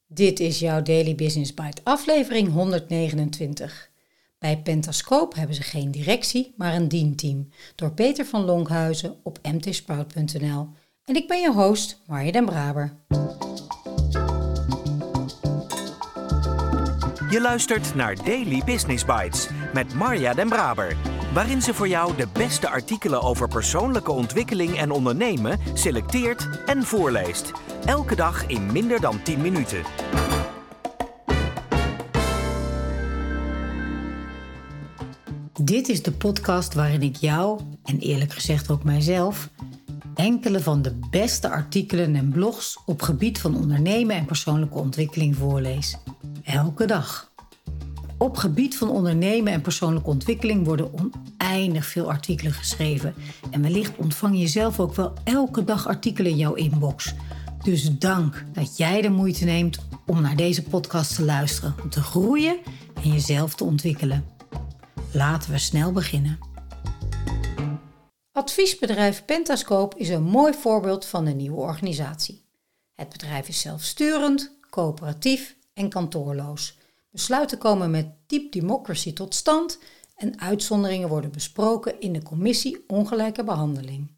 Dit is jouw Daily Business Bite, aflevering 129. Bij Pentascope hebben ze geen directie, maar een dienteam. Door Peter van Lonkhuizen op mtsprout.nl. En ik ben je host, Marja den Braber. Je luistert naar Daily Business Bites met Marja den Braber, waarin ze voor jou de beste artikelen over persoonlijke ontwikkeling en ondernemen selecteert en voorleest. Elke dag in minder dan 10 minuten. Dit is de podcast waarin ik jou, en eerlijk gezegd ook mijzelf, enkele van de beste artikelen en blogs op gebied van ondernemen en persoonlijke ontwikkeling voorlees. Elke dag. Op gebied van ondernemen en persoonlijke ontwikkeling worden oneindig veel artikelen geschreven. En wellicht ontvang je zelf ook wel elke dag artikelen in jouw inbox. Dus dank dat jij de moeite neemt om naar deze podcast te luisteren, om te groeien en jezelf te ontwikkelen. Laten we snel beginnen. Adviesbedrijf Pentascope is een mooi voorbeeld van een nieuwe organisatie. Het bedrijf is zelfsturend, coöperatief en kantoorloos. Besluiten komen met deep democracy tot stand en uitzonderingen worden besproken in de commissie ongelijke behandeling.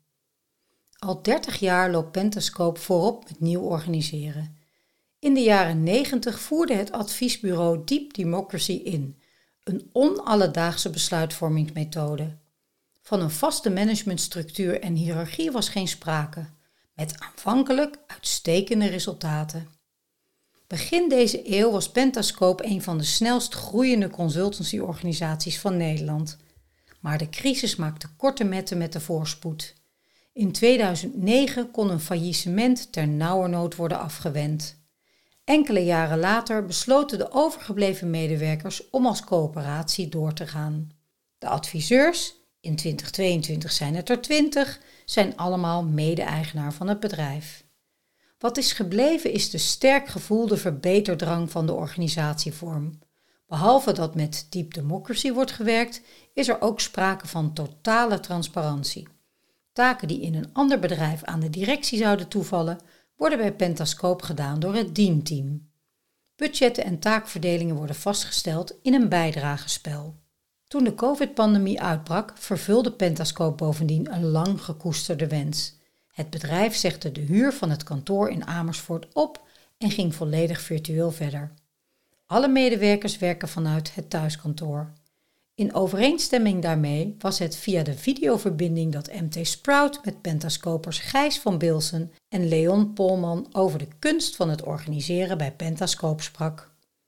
Al 30 jaar loopt Pentascope voorop met nieuw organiseren. In de jaren 90 voerde het adviesbureau Deep Democracy in, een onalledaagse besluitvormingsmethode. Van een vaste managementstructuur en hiërarchie was geen sprake, met aanvankelijk uitstekende resultaten. Begin deze eeuw was Pentascope een van de snelst groeiende consultancyorganisaties van Nederland. Maar de crisis maakte korte metten met de voorspoed. In 2009 kon een faillissement ternauwernood worden afgewend. Enkele jaren later besloten de overgebleven medewerkers om als coöperatie door te gaan. De adviseurs, in 2022 zijn het er 20, zijn allemaal mede-eigenaar van het bedrijf. Wat is gebleven is de sterk gevoelde verbeterdrang van de organisatievorm. Behalve dat met Deep Democracy wordt gewerkt, is er ook sprake van totale transparantie. Taken die in een ander bedrijf aan de directie zouden toevallen, worden bij Pentascope gedaan door het dienteam. Budgetten en taakverdelingen worden vastgesteld in een bijdragespel. Toen de COVID-pandemie uitbrak, vervulde Pentascope bovendien een lang gekoesterde wens. Het bedrijf zegde de huur van het kantoor in Amersfoort op en ging volledig virtueel verder. Alle medewerkers werken vanuit het thuiskantoor. In overeenstemming daarmee was het via de videoverbinding dat mtsprout met Pentascopers Gijs van Bilsen en Leon Polman over de kunst van het organiseren bij Pentascope sprak.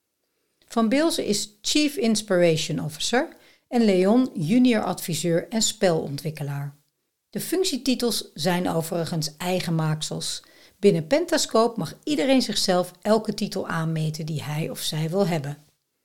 Van Bilsen is Chief Inspiration Officer en Leon junior adviseur en spelontwikkelaar. De functietitels zijn overigens eigen maaksels. Binnen Pentascope mag iedereen zichzelf elke titel aanmeten die hij of zij wil hebben.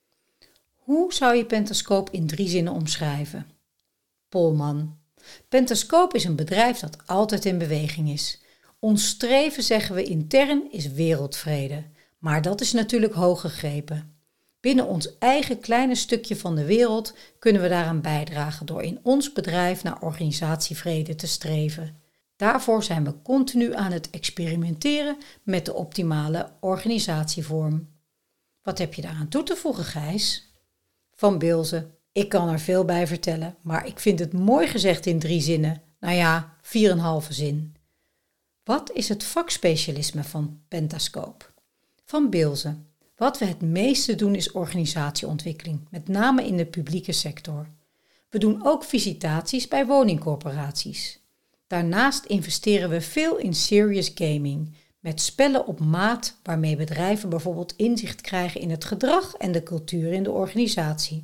Hoe zou je Pentascope in 3 zinnen omschrijven? Polman. Pentascope is een bedrijf dat altijd in beweging is. Ons streven, zeggen we intern, is wereldvrede. Maar dat is natuurlijk hoog gegrepen. Binnen ons eigen kleine stukje van de wereld kunnen we daaraan bijdragen door in ons bedrijf naar organisatievrede te streven. Daarvoor zijn we continu aan het experimenteren met de optimale organisatievorm. Wat heb je daaraan toe te voegen, Gijs? Van Bilsen. Ik kan er veel bij vertellen, maar ik vind het mooi gezegd in 3 zinnen. Nou ja, 4,5 zin. Wat is het vakspecialisme van Pentascope? Van Bilsen. Wat we het meeste doen is organisatieontwikkeling, met name in de publieke sector. We doen ook visitaties bij woningcorporaties. Daarnaast investeren we veel in serious gaming, met spellen op maat waarmee bedrijven bijvoorbeeld inzicht krijgen in het gedrag en de cultuur in de organisatie.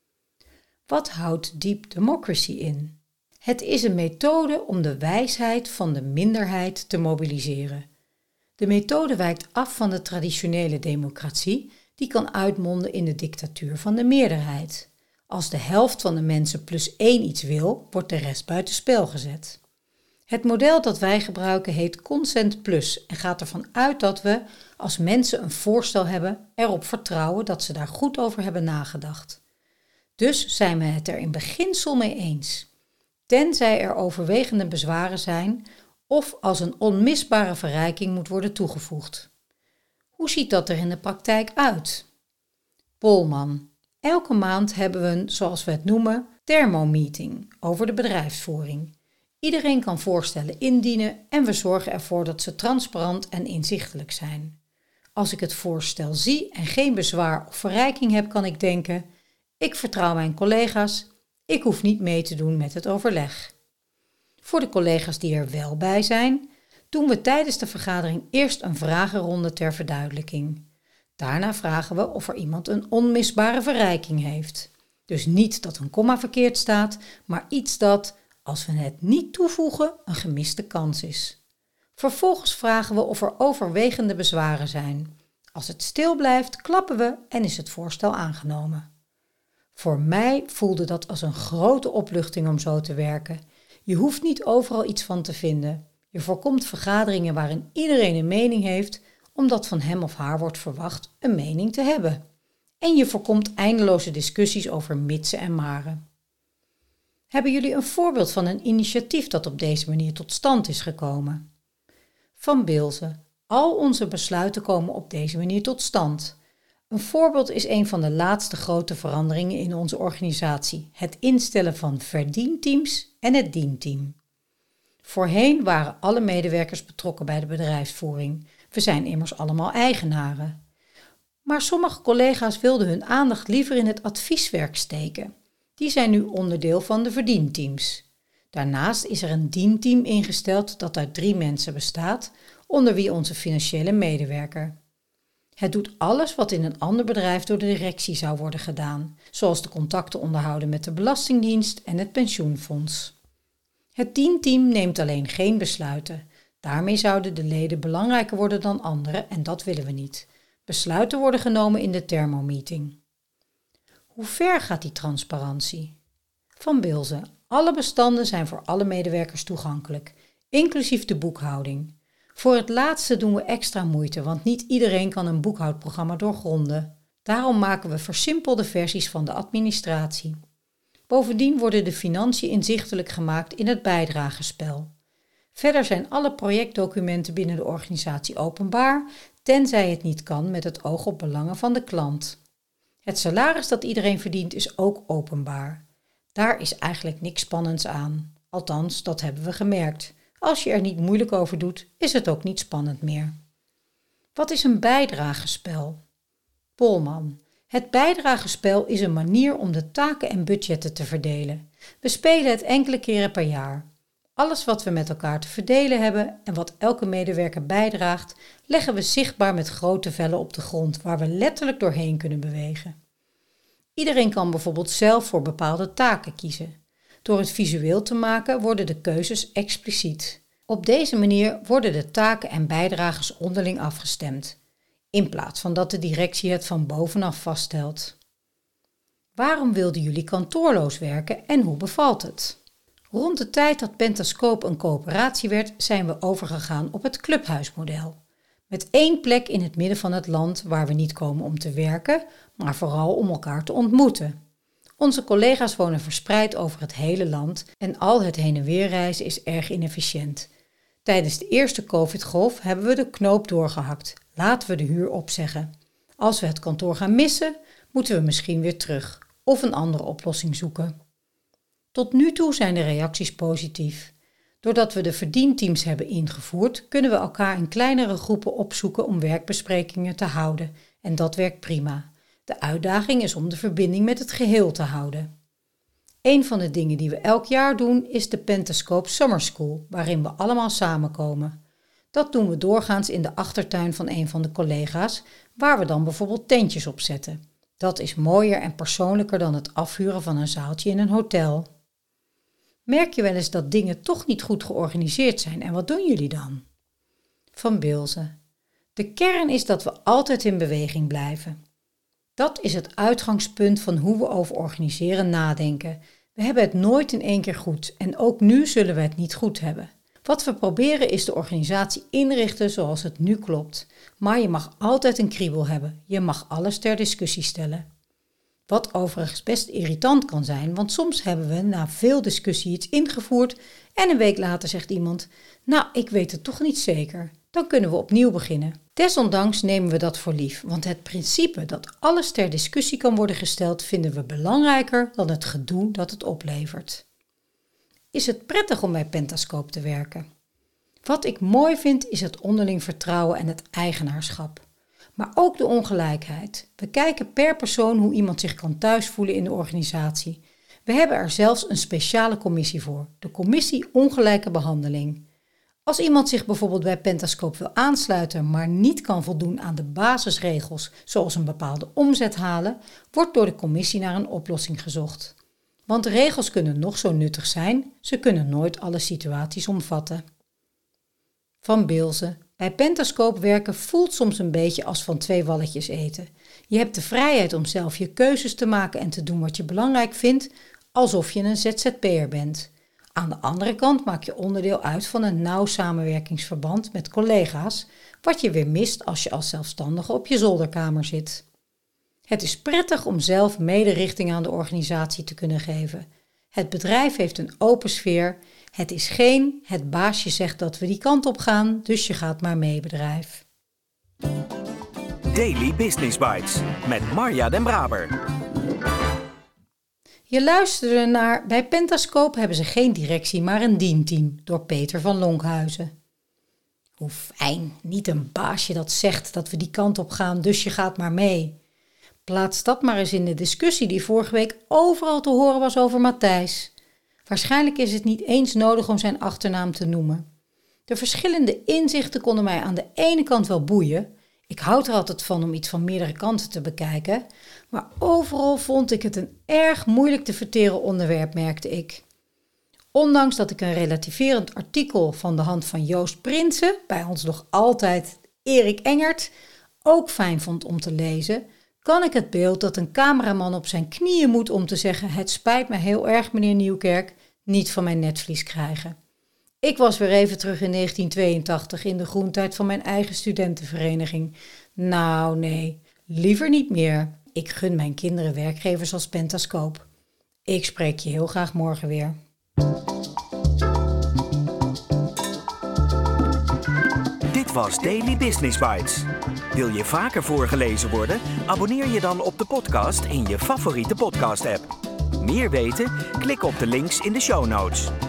Wat houdt Deep Democracy in? Het is een methode om de wijsheid van de minderheid te mobiliseren. De methode wijkt af van de traditionele democratie, die kan uitmonden in de dictatuur van de meerderheid. Als de helft van de mensen +1 iets wil, wordt de rest buitenspel gezet. Het model dat wij gebruiken heet Consent Plus en gaat ervan uit dat we, als mensen een voorstel hebben, erop vertrouwen dat ze daar goed over hebben nagedacht. Dus zijn we het er in beginsel mee eens. Tenzij er overwegende bezwaren zijn of als een onmisbare verrijking moet worden toegevoegd. Hoe ziet dat er in de praktijk uit? Polman. Elke maand hebben we een, zoals we het noemen, thermomeeting over de bedrijfsvoering. Iedereen kan voorstellen indienen en we zorgen ervoor dat ze transparant en inzichtelijk zijn. Als ik het voorstel zie en geen bezwaar of verrijking heb, kan ik denken: ik vertrouw mijn collega's, ik hoef niet mee te doen met het overleg. Voor de collega's die er wel bij zijn, doen we tijdens de vergadering eerst een vragenronde ter verduidelijking. Daarna vragen we of er iemand een onmisbare verrijking heeft. Dus niet dat een komma verkeerd staat, maar iets dat, als we het niet toevoegen, een gemiste kans is. Vervolgens vragen we of er overwegende bezwaren zijn. Als het stil blijft, klappen we en is het voorstel aangenomen. Voor mij voelde dat als een grote opluchting om zo te werken. Je hoeft niet overal iets van te vinden. Je voorkomt vergaderingen waarin iedereen een mening heeft, omdat van hem of haar wordt verwacht een mening te hebben. En je voorkomt eindeloze discussies over mitsen en maren. Hebben jullie een voorbeeld van een initiatief dat op deze manier tot stand is gekomen? Van Bilze. Al onze besluiten komen op deze manier tot stand. Een voorbeeld is een van de laatste grote veranderingen in onze organisatie: het instellen van verdienteams en het dienteam. Voorheen waren alle medewerkers betrokken bij de bedrijfsvoering. We zijn immers allemaal eigenaren. Maar sommige collega's wilden hun aandacht liever in het advieswerk steken. Die zijn nu onderdeel van de verdienteams. Daarnaast is er een dienteam ingesteld dat uit 3 mensen bestaat, onder wie onze financiële medewerker. Het doet alles wat in een ander bedrijf door de directie zou worden gedaan, zoals de contacten onderhouden met de Belastingdienst en het pensioenfonds. Het dienteam neemt alleen geen besluiten. Daarmee zouden de leden belangrijker worden dan anderen en dat willen we niet. Besluiten worden genomen in de thermomeeting. Hoe ver gaat die transparantie? Van Bilze. Alle bestanden zijn voor alle medewerkers toegankelijk, inclusief de boekhouding. Voor het laatste doen we extra moeite, want niet iedereen kan een boekhoudprogramma doorgronden. Daarom maken we versimpelde versies van de administratie. Bovendien worden de financiën inzichtelijk gemaakt in het bijdragespel. Verder zijn alle projectdocumenten binnen de organisatie openbaar, tenzij het niet kan met het oog op belangen van de klant. Het salaris dat iedereen verdient is ook openbaar. Daar is eigenlijk niks spannends aan. Althans, dat hebben we gemerkt. Als je er niet moeilijk over doet, is het ook niet spannend meer. Wat is een bijdragespel? Polman. Het bijdragespel is een manier om de taken en budgetten te verdelen. We spelen het enkele keren per jaar. Alles wat we met elkaar te verdelen hebben en wat elke medewerker bijdraagt, leggen we zichtbaar met grote vellen op de grond waar we letterlijk doorheen kunnen bewegen. Iedereen kan bijvoorbeeld zelf voor bepaalde taken kiezen. Door het visueel te maken worden de keuzes expliciet. Op deze manier worden de taken en bijdragers onderling afgestemd, in plaats van dat de directie het van bovenaf vaststelt. Waarom wilden jullie kantoorloos werken en hoe bevalt het? Rond de tijd dat Pentascope een coöperatie werd, zijn we overgegaan op het clubhuismodel. Met 1 plek in het midden van het land waar we niet komen om te werken, maar vooral om elkaar te ontmoeten. Onze collega's wonen verspreid over het hele land en al het heen en weer reizen is erg inefficiënt. Tijdens de eerste COVID-golf hebben we de knoop doorgehakt. Laten we de huur opzeggen. Als we het kantoor gaan missen, moeten we misschien weer terug of een andere oplossing zoeken. Tot nu toe zijn de reacties positief. Doordat we de verdienteams hebben ingevoerd, kunnen we elkaar in kleinere groepen opzoeken om werkbesprekingen te houden. En dat werkt prima. De uitdaging is om de verbinding met het geheel te houden. Een van de dingen die we elk jaar doen is de Pentascope Summer School, waarin we allemaal samenkomen. Dat doen we doorgaans in de achtertuin van een van de collega's, waar we dan bijvoorbeeld tentjes op zetten. Dat is mooier en persoonlijker dan het afhuren van een zaaltje in een hotel. Merk je wel eens dat dingen toch niet goed georganiseerd zijn en wat doen jullie dan? Van Bilze. De kern is dat we altijd in beweging blijven. Dat is het uitgangspunt van hoe we over organiseren nadenken. We hebben het nooit in 1 keer goed en ook nu zullen we het niet goed hebben. Wat we proberen is de organisatie inrichten zoals het nu klopt. Maar je mag altijd een kriebel hebben. Je mag alles ter discussie stellen. Wat overigens best irritant kan zijn, want soms hebben we na veel discussie iets ingevoerd en een week later zegt iemand: nou, ik weet het toch niet zeker. dan kunnen we opnieuw beginnen. Desondanks nemen we dat voor lief, want het principe dat alles ter discussie kan worden gesteld vinden we belangrijker dan het gedoe dat het oplevert. Is het prettig om bij Pentascope te werken? Wat ik mooi vind is het onderling vertrouwen en het eigenaarschap. Maar ook de ongelijkheid. We kijken per persoon hoe iemand zich kan thuis voelen in de organisatie. We hebben er zelfs een speciale commissie voor, de commissie ongelijke behandeling. Als iemand zich bijvoorbeeld bij Pentascope wil aansluiten, maar niet kan voldoen aan de basisregels, zoals een bepaalde omzet halen, wordt door de commissie naar een oplossing gezocht. Want de regels kunnen nog zo nuttig zijn, ze kunnen nooit alle situaties omvatten. Van Bilze. Bij Pentascope werken voelt soms een beetje als van 2 walletjes eten. Je hebt de vrijheid om zelf je keuzes te maken en te doen wat je belangrijk vindt, alsof je een ZZP'er bent. Aan de andere kant maak je onderdeel uit van een nauw samenwerkingsverband met collega's, wat je weer mist als je als zelfstandige op je zolderkamer zit. Het is prettig om zelf mederichting aan de organisatie te kunnen geven. Het bedrijf heeft een open sfeer. Het is geen het baasje zegt dat we die kant op gaan, dus je gaat maar mee bedrijf. Daily Business Bites met Marja Den Braber. Je luisterde naar Bij Pentascope hebben ze geen directie, maar een dienteam, door Peter van Lonkhuizen. Hoe fijn, niet een baasje dat zegt dat we die kant op gaan, dus je gaat maar mee. Plaats dat maar eens in de discussie die vorige week overal te horen was over Matthijs. Waarschijnlijk is het niet eens nodig om zijn achternaam te noemen. De verschillende inzichten konden mij aan de ene kant wel boeien. Ik houd er altijd van om iets van meerdere kanten te bekijken. Maar overal vond ik het een erg moeilijk te verteren onderwerp, merkte ik. Ondanks dat ik een relativerend artikel van de hand van Joost Prinsen, bij ons nog altijd Erik Engert, ook fijn vond om te lezen, kan ik het beeld dat een cameraman op zijn knieën moet om te zeggen: het spijt me heel erg, meneer Nieuwkerk, niet van mijn netvlies krijgen. Ik was weer even terug in 1982 in de groentijd van mijn eigen studentenvereniging. Nou nee, liever niet meer. Ik gun mijn kinderen werkgevers als Pentascope. Ik spreek je heel graag morgen weer. Dit was Daily Business Bites. Wil je vaker voorgelezen worden? Abonneer je dan op de podcast in je favoriete podcast-app. Meer weten? Klik op de links in de show notes.